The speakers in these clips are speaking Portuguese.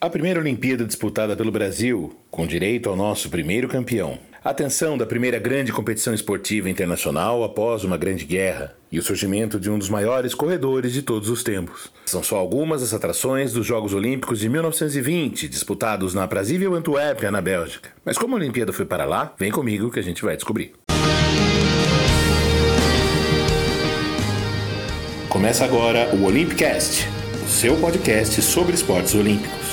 A primeira Olimpíada disputada pelo Brasil, com direito ao nosso primeiro campeão. A atenção da primeira grande competição esportiva internacional após uma grande guerra e o surgimento de um dos maiores corredores de todos os tempos. São só algumas das atrações dos Jogos Olímpicos de 1920, disputados na aprazível Antuérpia, na Bélgica. Mas como a Olimpíada foi para lá, vem comigo que a gente vai descobrir. Começa agora o Olympicast, o seu podcast sobre esportes olímpicos.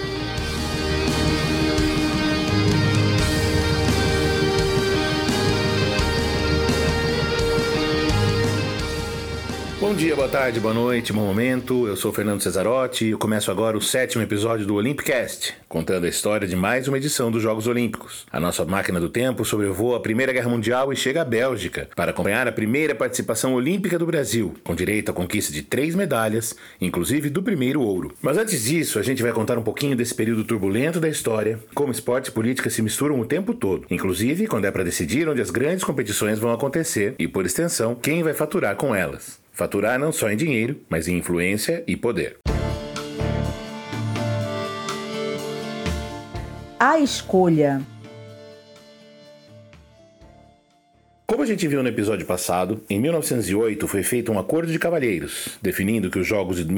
Bom dia, boa tarde, boa noite, bom momento. Eu sou o Fernando Cesarotti e eu começo agora o 7º episódio do Olympicast, contando a história de mais uma edição dos Jogos Olímpicos. A nossa máquina do tempo sobrevoa a Primeira Guerra Mundial e chega à Bélgica para acompanhar a primeira participação olímpica do Brasil, com direito à conquista de 3 medalhas, inclusive do primeiro ouro. Mas antes disso, a gente vai contar um pouquinho desse período turbulento da história, como esporte e política se misturam o tempo todo, inclusive quando é para decidir onde as grandes competições vão acontecer e, por extensão, quem vai faturar com elas. Faturar não só em dinheiro, mas em influência e poder. A escolha. Como a gente viu no episódio passado, em 1908 foi feito um acordo de cavalheiros, definindo que os Jogos de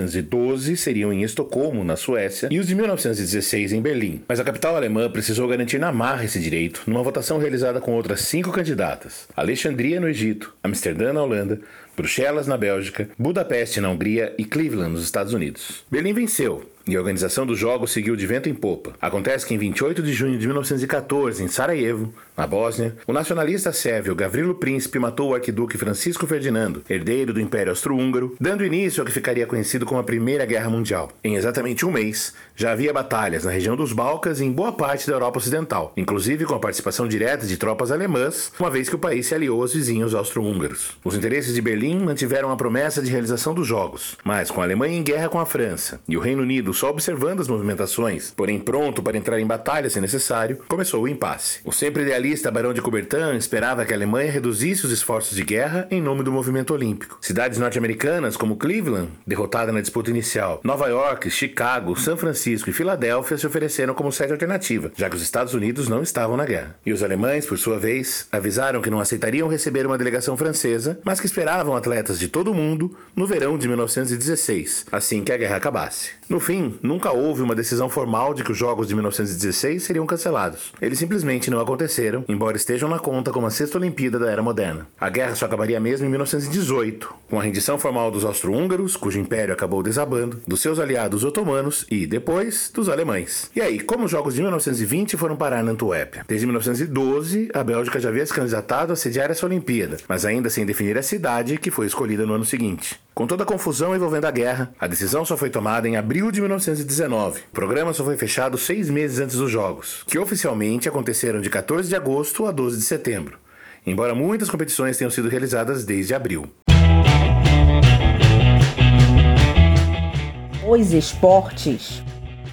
1912 seriam em Estocolmo, na Suécia, e os de 1916 em Berlim. Mas a capital alemã precisou garantir na marra esse direito, numa votação realizada com outras 5 candidatas: Alexandria, no Egito, Amsterdã, na Holanda, Bruxelas, na Bélgica, Budapeste, na Hungria e Cleveland, nos Estados Unidos. Berlim venceu, e a organização dos Jogos seguiu de vento em popa. Acontece que em 28 de junho de 1914, em Sarajevo, na Bósnia, o nacionalista sérvio Gavrilo Princip matou o arquiduque Francisco Ferdinando, herdeiro do Império Austro-Húngaro, dando início ao que ficaria conhecido como a Primeira Guerra Mundial. Em exatamente um mês, já havia batalhas na região dos Balcãs e em boa parte da Europa Ocidental, inclusive com a participação direta de tropas alemãs, uma vez que o país se aliou aos vizinhos austro-húngaros. Os interesses de Berlim mantiveram a promessa de realização dos Jogos, mas com a Alemanha em guerra com a França e o Reino Unido só observando as movimentações, porém pronto para entrar em batalha se necessário, começou o impasse. O sempre idealista Barão de Coubertin esperava que a Alemanha reduzisse os esforços de guerra em nome do movimento olímpico. Cidades norte-americanas como Cleveland, derrotada na disputa inicial, Nova York, Chicago, São Francisco e Filadélfia se ofereceram como sede alternativa, já que os Estados Unidos não estavam na guerra. E os alemães, por sua vez, avisaram que não aceitariam receber uma delegação francesa, mas que esperavam atletas de todo o mundo no verão de 1916, assim que a guerra acabasse. No fim, nunca houve uma decisão formal de que os Jogos de 1916 seriam cancelados. Eles simplesmente não aconteceram, embora estejam na conta como a 6ª Olimpíada da Era Moderna. A guerra só acabaria mesmo em 1918, com a rendição formal dos austro-húngaros, cujo império acabou desabando, dos seus aliados otomanos e, depois, dos alemães. E aí, como os Jogos de 1920 foram parar na Antuérpia? Desde 1912, a Bélgica já havia se candidatado a sediar essa Olimpíada, mas ainda sem definir a cidade que foi escolhida no ano seguinte. Com toda a confusão envolvendo a guerra, a decisão só foi tomada em abril de 1919. O programa só foi fechado 6 meses antes dos Jogos, que oficialmente aconteceram de 14 de agosto a 12 de setembro, embora muitas competições tenham sido realizadas desde abril. Os esportes.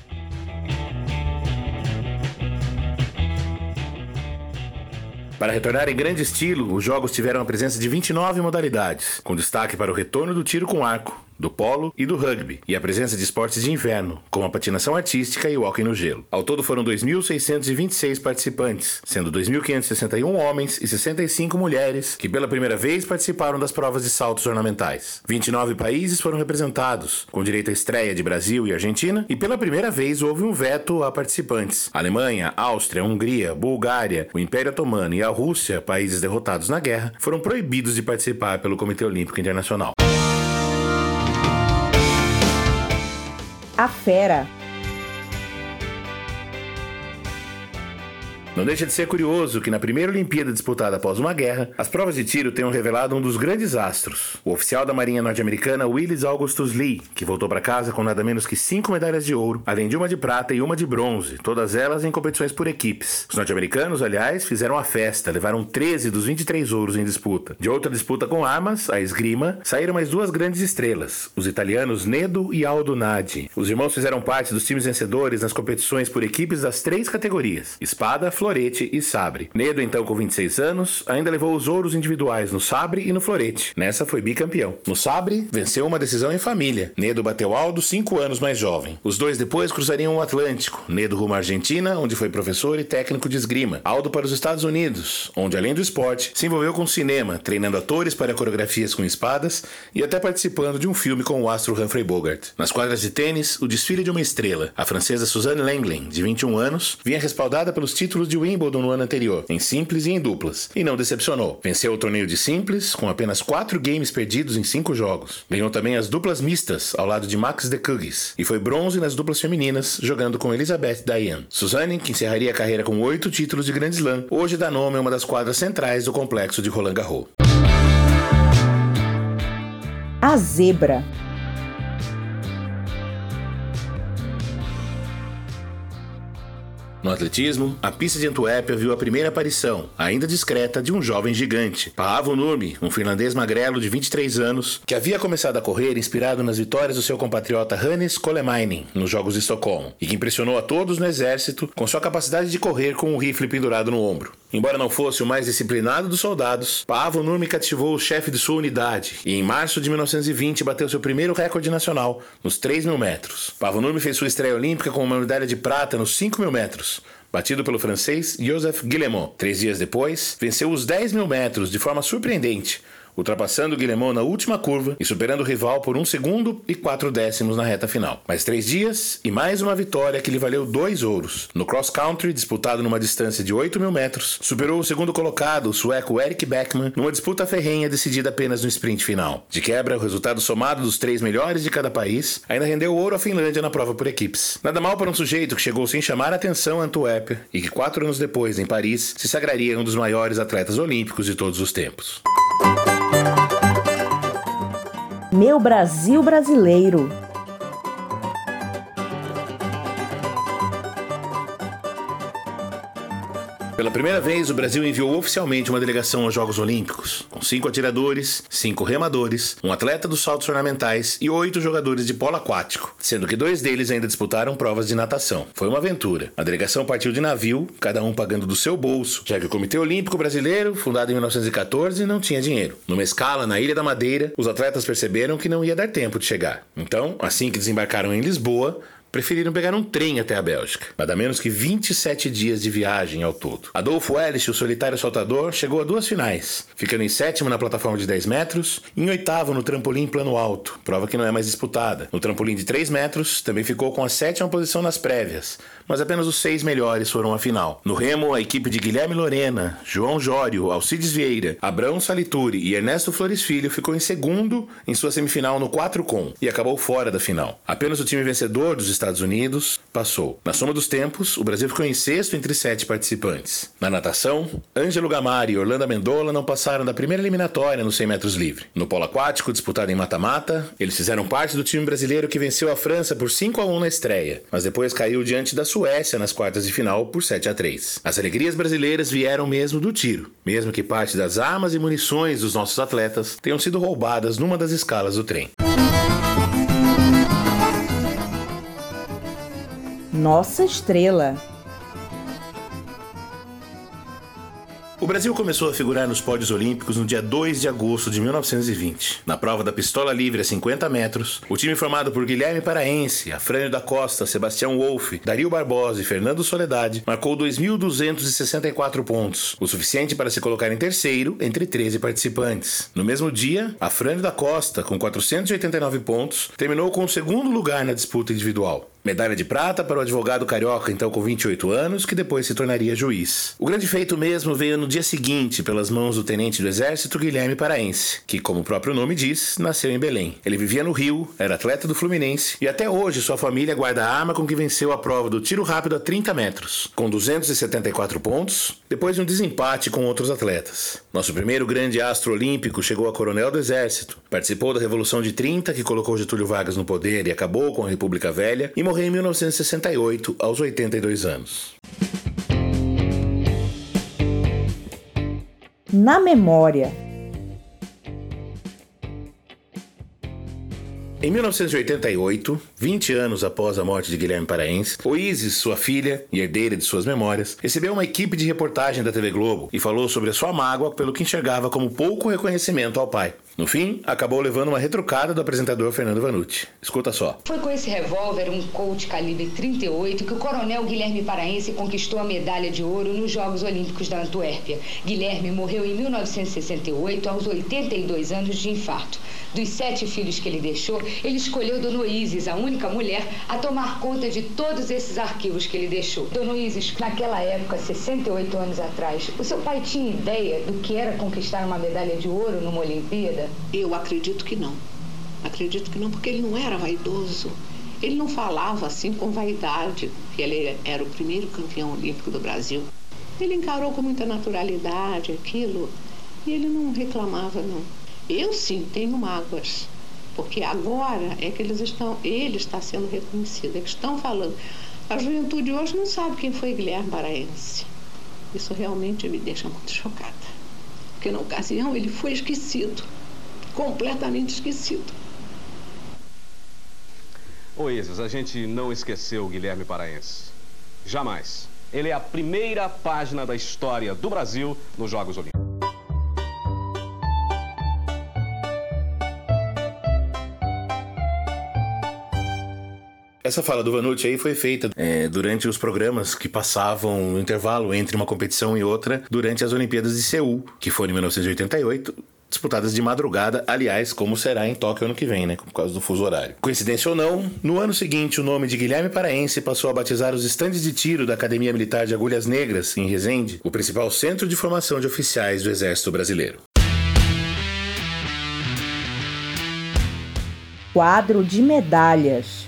Para retornar em grande estilo, os Jogos tiveram a presença de 29 modalidades, com destaque para o retorno do tiro com arco, do polo e do rugby, e a presença de esportes de inverno, como a patinação artística e o hóquei no gelo. Ao todo foram 2.626 participantes, sendo 2.561 homens e 65 mulheres que pela primeira vez participaram das provas de saltos ornamentais. 29 países foram representados, com direito à estreia de Brasil e Argentina, e pela primeira vez houve um veto a participantes. Alemanha, Áustria, Hungria, Bulgária, o Império Otomano e a Rússia, países derrotados na guerra, foram proibidos de participar pelo Comitê Olímpico Internacional. A fera. Não deixa de ser curioso que na primeira Olimpíada disputada após uma guerra, as provas de tiro tenham revelado um dos grandes astros, o oficial da Marinha norte-americana Willis Augustus Lee, que voltou para casa com nada menos que 5 medalhas de ouro, além de uma de prata e uma de bronze, todas elas em competições por equipes. Os norte-americanos, aliás, fizeram a festa, levaram 13 dos 23 ouros em disputa. De outra disputa com armas, a esgrima, saíram mais 2 grandes estrelas, os italianos Nedo e Aldo Nadi. Os irmãos fizeram parte dos times vencedores nas competições por equipes das 3 categorias: espada, florete florete e sabre. Nedo, então com 26 anos, ainda levou os ouros individuais no sabre e no florete. Nessa foi bicampeão. No sabre, venceu uma decisão em família. Nedo bateu Aldo 5 anos mais jovem. Os dois depois cruzariam o Atlântico. Nedo rumo à Argentina, onde foi professor e técnico de esgrima. Aldo para os Estados Unidos, onde além do esporte, se envolveu com cinema, treinando atores para coreografias com espadas e até participando de um filme com o astro Humphrey Bogart. Nas quadras de tênis, o desfile de uma estrela. A francesa Suzanne Lenglen, de 21 anos, vinha respaldada pelos títulos de Wimbledon no ano anterior, em simples e em duplas, e não decepcionou. Venceu o torneio de simples, com apenas 4 games perdidos em 5 jogos. Ganhou também as duplas mistas, ao lado de Max de Kugis, e foi bronze nas duplas femininas, jogando com Elizabeth Dayan. Suzanne, que encerraria a carreira com 8 títulos de Grand Slam, hoje dá nome a uma das quadras centrais do complexo de Roland Garros. A zebra. No atletismo, a pista de Antuérpia viu a primeira aparição, ainda discreta, de um jovem gigante. Paavo Nurmi, um finlandês magrelo de 23 anos, que havia começado a correr inspirado nas vitórias do seu compatriota Hannes Kolemainen nos Jogos de Estocolmo, e que impressionou a todos no exército com sua capacidade de correr com um rifle pendurado no ombro. Embora não fosse o mais disciplinado dos soldados, Paavo Nurmi cativou o chefe de sua unidade e em março de 1920 bateu seu primeiro recorde nacional nos 3.000 metros. Paavo Nurmi fez sua estreia olímpica com uma medalha de prata nos 5.000 metros, batido pelo francês Joseph Guillemot. 3 dias depois, venceu os 10.000 metros de forma surpreendente, ultrapassando Guillemot na última curva e superando o rival por 1 segundo e 4 décimos na reta final. Mais 3 dias e mais uma vitória que lhe valeu 2 ouros. No cross-country, disputado numa distância de 8.000 metros, superou o segundo colocado, o sueco Erik Beckman, numa disputa ferrenha decidida apenas no sprint final. De quebra, o resultado somado dos 3 melhores de cada país ainda rendeu ouro à Finlândia na prova por equipes. Nada mal para um sujeito que chegou sem chamar a atenção a Antuérpia e que 4 anos depois, em Paris, se sagraria um dos maiores atletas olímpicos de todos os tempos. Meu Brasil brasileiro. Pela primeira vez, o Brasil enviou oficialmente uma delegação aos Jogos Olímpicos, com 5 atiradores, 5 remadores, um atleta dos saltos ornamentais e 8 jogadores de polo aquático, sendo que 2 deles ainda disputaram provas de natação. Foi uma aventura. A delegação partiu de navio, cada um pagando do seu bolso, já que o Comitê Olímpico Brasileiro, fundado em 1914, não tinha dinheiro. Numa escala na Ilha da Madeira, os atletas perceberam que não ia dar tempo de chegar. Então, assim que desembarcaram em Lisboa, preferiram pegar um trem até a Bélgica. Nada menos que 27 dias de viagem ao todo. Adolfo Ehrlich, o solitário saltador, chegou a 2 finais, ficando em 7º na plataforma de 10 metros e em 8º no trampolim plano alto, prova que não é mais disputada. No trampolim de 3 metros, também ficou com a 7ª posição nas prévias, mas apenas os 6 melhores foram à final. No remo, a equipe de Guilherme Lorena, João Jório, Alcides Vieira, Abrão Salituri e Ernesto Flores Filho ficou em 2º em sua semifinal no 4 com e acabou fora da final. Apenas o time vencedor dos Estados Unidos passou. Na soma dos tempos, o Brasil ficou em 6º entre 7 participantes. Na natação, Ângelo Gamari e Orlando Amendola não passaram da primeira eliminatória nos 100 metros livre. No polo aquático, disputado em mata-mata, eles fizeram parte do time brasileiro que venceu a França por 5-1 na estreia, mas depois caiu diante da Suécia nas quartas de final por 7-3. As alegrias brasileiras vieram mesmo do tiro, mesmo que parte das armas e munições dos nossos atletas tenham sido roubadas numa das escalas do trem. Nossa estrela. O Brasil começou a figurar nos pódios olímpicos no dia 2 de agosto de 1920. Na prova da pistola livre a 50 metros, o time formado por Guilherme Paraense, Afrânio da Costa, Sebastião Wolff, Dario Barbosa e Fernando Soledade marcou 2.264 pontos, o suficiente para se colocar em terceiro entre 13 participantes. No mesmo dia, Afrânio da Costa, com 489 pontos, terminou com o 2º lugar na disputa individual. Medalha de prata para o advogado carioca, então com 28 anos, que depois se tornaria juiz. O grande feito mesmo veio no dia seguinte, pelas mãos do tenente do exército Guilherme Paraense, que, como o próprio nome diz, nasceu em Belém. Ele vivia no Rio, era atleta do Fluminense e até hoje sua família guarda a arma com que venceu a prova do tiro rápido a 30 metros, com 274 pontos, depois de um desempate com outros atletas. Nosso primeiro grande astro olímpico chegou a coronel do exército, participou da Revolução de 30, que colocou Getúlio Vargas no poder e acabou com a República Velha, e morreu em 1968, aos 82 anos. Na memória. Em 1988, 20 anos após a morte de Guilherme Paraense, Oísis, sua filha e herdeira de suas memórias, recebeu uma equipe de reportagem da TV Globo e falou sobre a sua mágoa pelo que enxergava como pouco reconhecimento ao pai. No fim, acabou levando uma retrucada do apresentador Fernando Vanucci. Escuta só. Foi com esse revólver, um Colt calibre 38, que o coronel Guilherme Paraense conquistou a medalha de ouro nos Jogos Olímpicos da Antuérpia. Guilherme morreu em 1968, aos 82 anos de infarto. Dos 7 filhos que ele deixou, ele escolheu Dona Oísis, a única mulher, a tomar conta de todos esses arquivos que ele deixou. Dona Oísis, naquela época, 68 anos atrás, o seu pai tinha ideia do que era conquistar uma medalha de ouro numa Olimpíada? Eu acredito que não. Acredito que não, porque ele não era vaidoso. Ele não falava assim com vaidade, que ele era o primeiro campeão olímpico do Brasil. Ele encarou com muita naturalidade aquilo e ele não reclamava, não. Eu sim tenho mágoas, porque agora é que ele está sendo reconhecido, eles estão falando. A juventude hoje não sabe quem foi Guilherme Paraense. Isso realmente me deixa muito chocada, porque na ocasião ele foi esquecido, completamente esquecido. Oísis, a gente não esqueceu o Guilherme Paraense. Jamais. Ele é a primeira página da história do Brasil nos Jogos Olímpicos. Essa fala do Vanucci aí foi feita durante os programas que passavam no intervalo entre uma competição e outra durante as Olimpíadas de Seul, que foram em 1988, disputadas de madrugada, aliás, como será em Tóquio ano que vem, né, por causa do fuso horário. Coincidência ou não, no ano seguinte o nome de Guilherme Paraense passou a batizar os estandes de tiro da Academia Militar de Agulhas Negras, em Resende, o principal centro de formação de oficiais do Exército Brasileiro. Quadro de medalhas.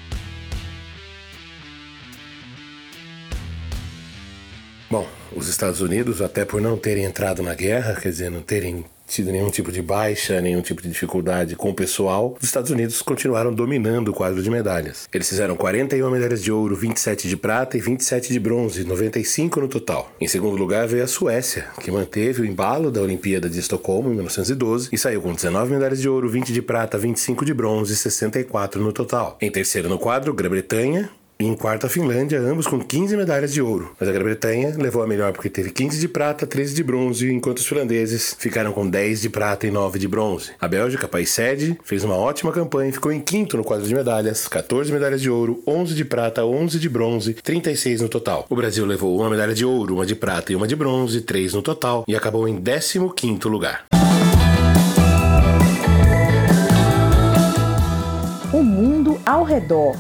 Bom, os Estados Unidos, até por não terem entrado na guerra, quer dizer, não terem tido nenhum tipo de baixa, nenhum tipo de dificuldade com o pessoal, os Estados Unidos continuaram dominando o quadro de medalhas. Eles fizeram 41 medalhas de ouro, 27 de prata e 27 de bronze, 95 no total. Em segundo lugar veio a Suécia, que manteve o embalo da Olimpíada de Estocolmo em 1912 e saiu com 19 medalhas de ouro, 20 de prata, 25 de bronze e 64 no total. Em terceiro no quadro, Grã-Bretanha, e em quarto a Finlândia, ambos com 15 medalhas de ouro. Mas a Grã-Bretanha levou a melhor porque teve 15 de prata, 13 de bronze, enquanto os finlandeses ficaram com 10 de prata e 9 de bronze. A Bélgica, país sede, fez uma ótima campanha e ficou em quinto no quadro de medalhas, 14 medalhas de ouro, 11 de prata, 11 de bronze, 36 no total. O Brasil levou uma medalha de ouro, uma de prata e uma de bronze, 3 no total, e acabou em 15º lugar. O mundo ao redor.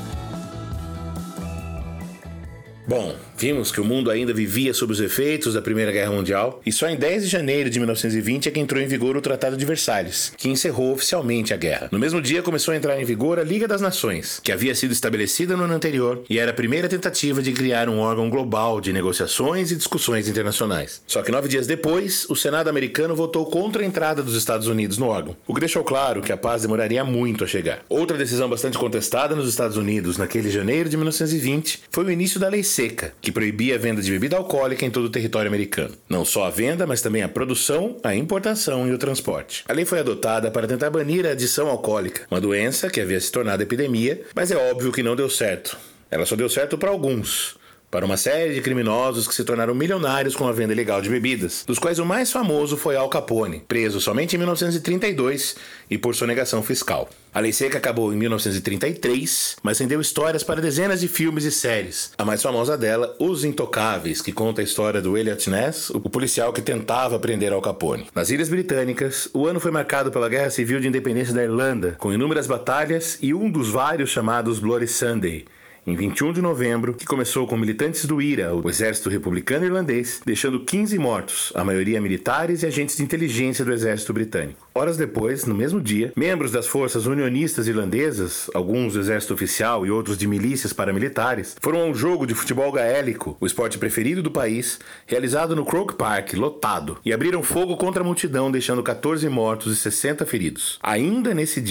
Bom, vimos que o mundo ainda vivia sob os efeitos da Primeira Guerra Mundial e só em 10 de janeiro de 1920 é que entrou em vigor o Tratado de Versalhes, que encerrou oficialmente a guerra. No mesmo dia começou a entrar em vigor a Liga das Nações, que havia sido estabelecida no ano anterior e era a primeira tentativa de criar um órgão global de negociações e discussões internacionais. Só que 9 dias depois, o Senado americano votou contra a entrada dos Estados Unidos no órgão, o que deixou claro que a paz demoraria muito a chegar. Outra decisão bastante contestada nos Estados Unidos naquele janeiro de 1920 foi o início da Lei Seca, que proibia a venda de bebida alcoólica em todo o território americano. Não só a venda, mas também a produção, a importação e o transporte. A lei foi adotada para tentar banir a adição alcoólica, uma doença que havia se tornado epidemia, mas é óbvio que não deu certo. Ela só deu certo para alguns. Para uma série de criminosos que se tornaram milionários com a venda ilegal de bebidas, dos quais o mais famoso foi Al Capone, preso somente em 1932 e por sonegação fiscal. A Lei Seca acabou em 1933, mas rendeu histórias para dezenas de filmes e séries. A mais famosa dela, Os Intocáveis, que conta a história do Elliot Ness, o policial que tentava prender Al Capone. Nas Ilhas Britânicas, o ano foi marcado pela Guerra Civil de Independência da Irlanda, com inúmeras batalhas e um dos vários chamados Bloody Sunday, em 21 de novembro, que começou com militantes do IRA, o Exército Republicano Irlandês, deixando 15 mortos, a maioria militares e agentes de inteligência do Exército Britânico. Horas depois, no mesmo dia, membros das forças unionistas irlandesas, alguns do Exército Oficial e outros de milícias paramilitares, foram a um jogo de futebol gaélico, o esporte preferido do país, realizado no Croke Park, lotado, e abriram fogo contra a multidão, deixando 14 mortos e 60 feridos. Ainda nesse dia,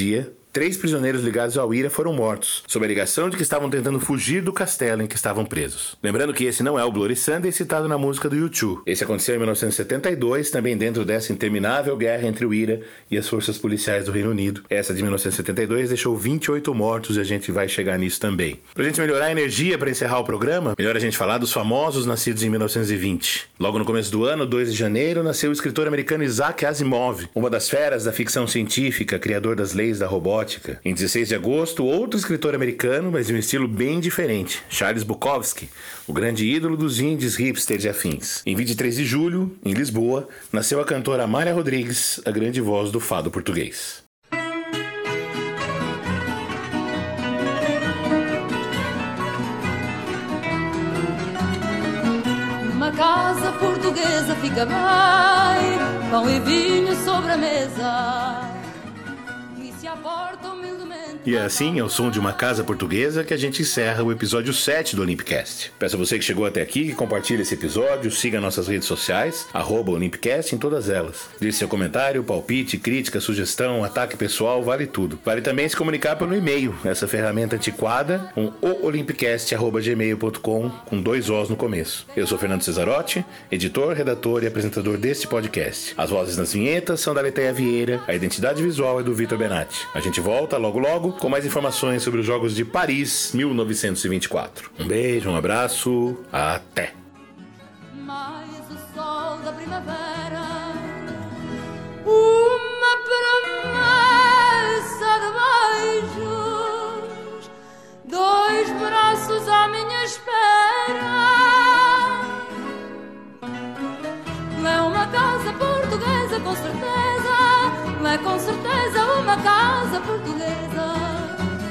3 prisioneiros ligados ao IRA foram mortos, sob a alegação de que estavam tentando fugir do castelo em que estavam presos. Lembrando que esse não é o Bloody Sunday citado na música do U2. Esse aconteceu em 1972, também dentro dessa interminável guerra entre o IRA e as forças policiais do Reino Unido. Essa de 1972 deixou 28 mortos e a gente vai chegar nisso também. Pra gente melhorar a energia para encerrar o programa, melhor a gente falar dos famosos nascidos em 1920. Logo no começo do ano, 2 de janeiro, nasceu o escritor americano Isaac Asimov, uma das feras da ficção científica, criador das leis da robótica. Em 16 de agosto, outro escritor americano, mas de um estilo bem diferente, Charles Bukowski, o grande ídolo dos indies, hipsters e afins. Em 23 de julho, em Lisboa, nasceu a cantora Amália Rodrigues, a grande voz do fado português. Uma casa portuguesa fica bem, pão e vinho sobre a mesa. E se a porta humildemente... E é assim, ao som de uma casa portuguesa, que a gente encerra o episódio 7 do Olympicast. Peço a você que chegou até aqui que compartilhe esse episódio, siga nossas redes sociais, @Olympicast em todas elas. Deixe seu comentário, palpite, crítica, sugestão, ataque pessoal, vale tudo. Vale também se comunicar pelo e-mail, essa ferramenta antiquada, com oolympicast@gmail.com, com 2 Os no começo. Eu sou Fernando Cesarotti, editor, redator e apresentador deste podcast. As vozes nas vinhetas são da Letéia Vieira, a identidade visual é do Vitor Benatti. A gente volta logo logo com mais informações sobre os Jogos de Paris 1924. Um beijo, um abraço, até! Mais o sol da primavera, uma promessa de beijos, 2 braços à minha espera. É uma casa portuguesa, com certeza, é com certeza uma casa portuguesa.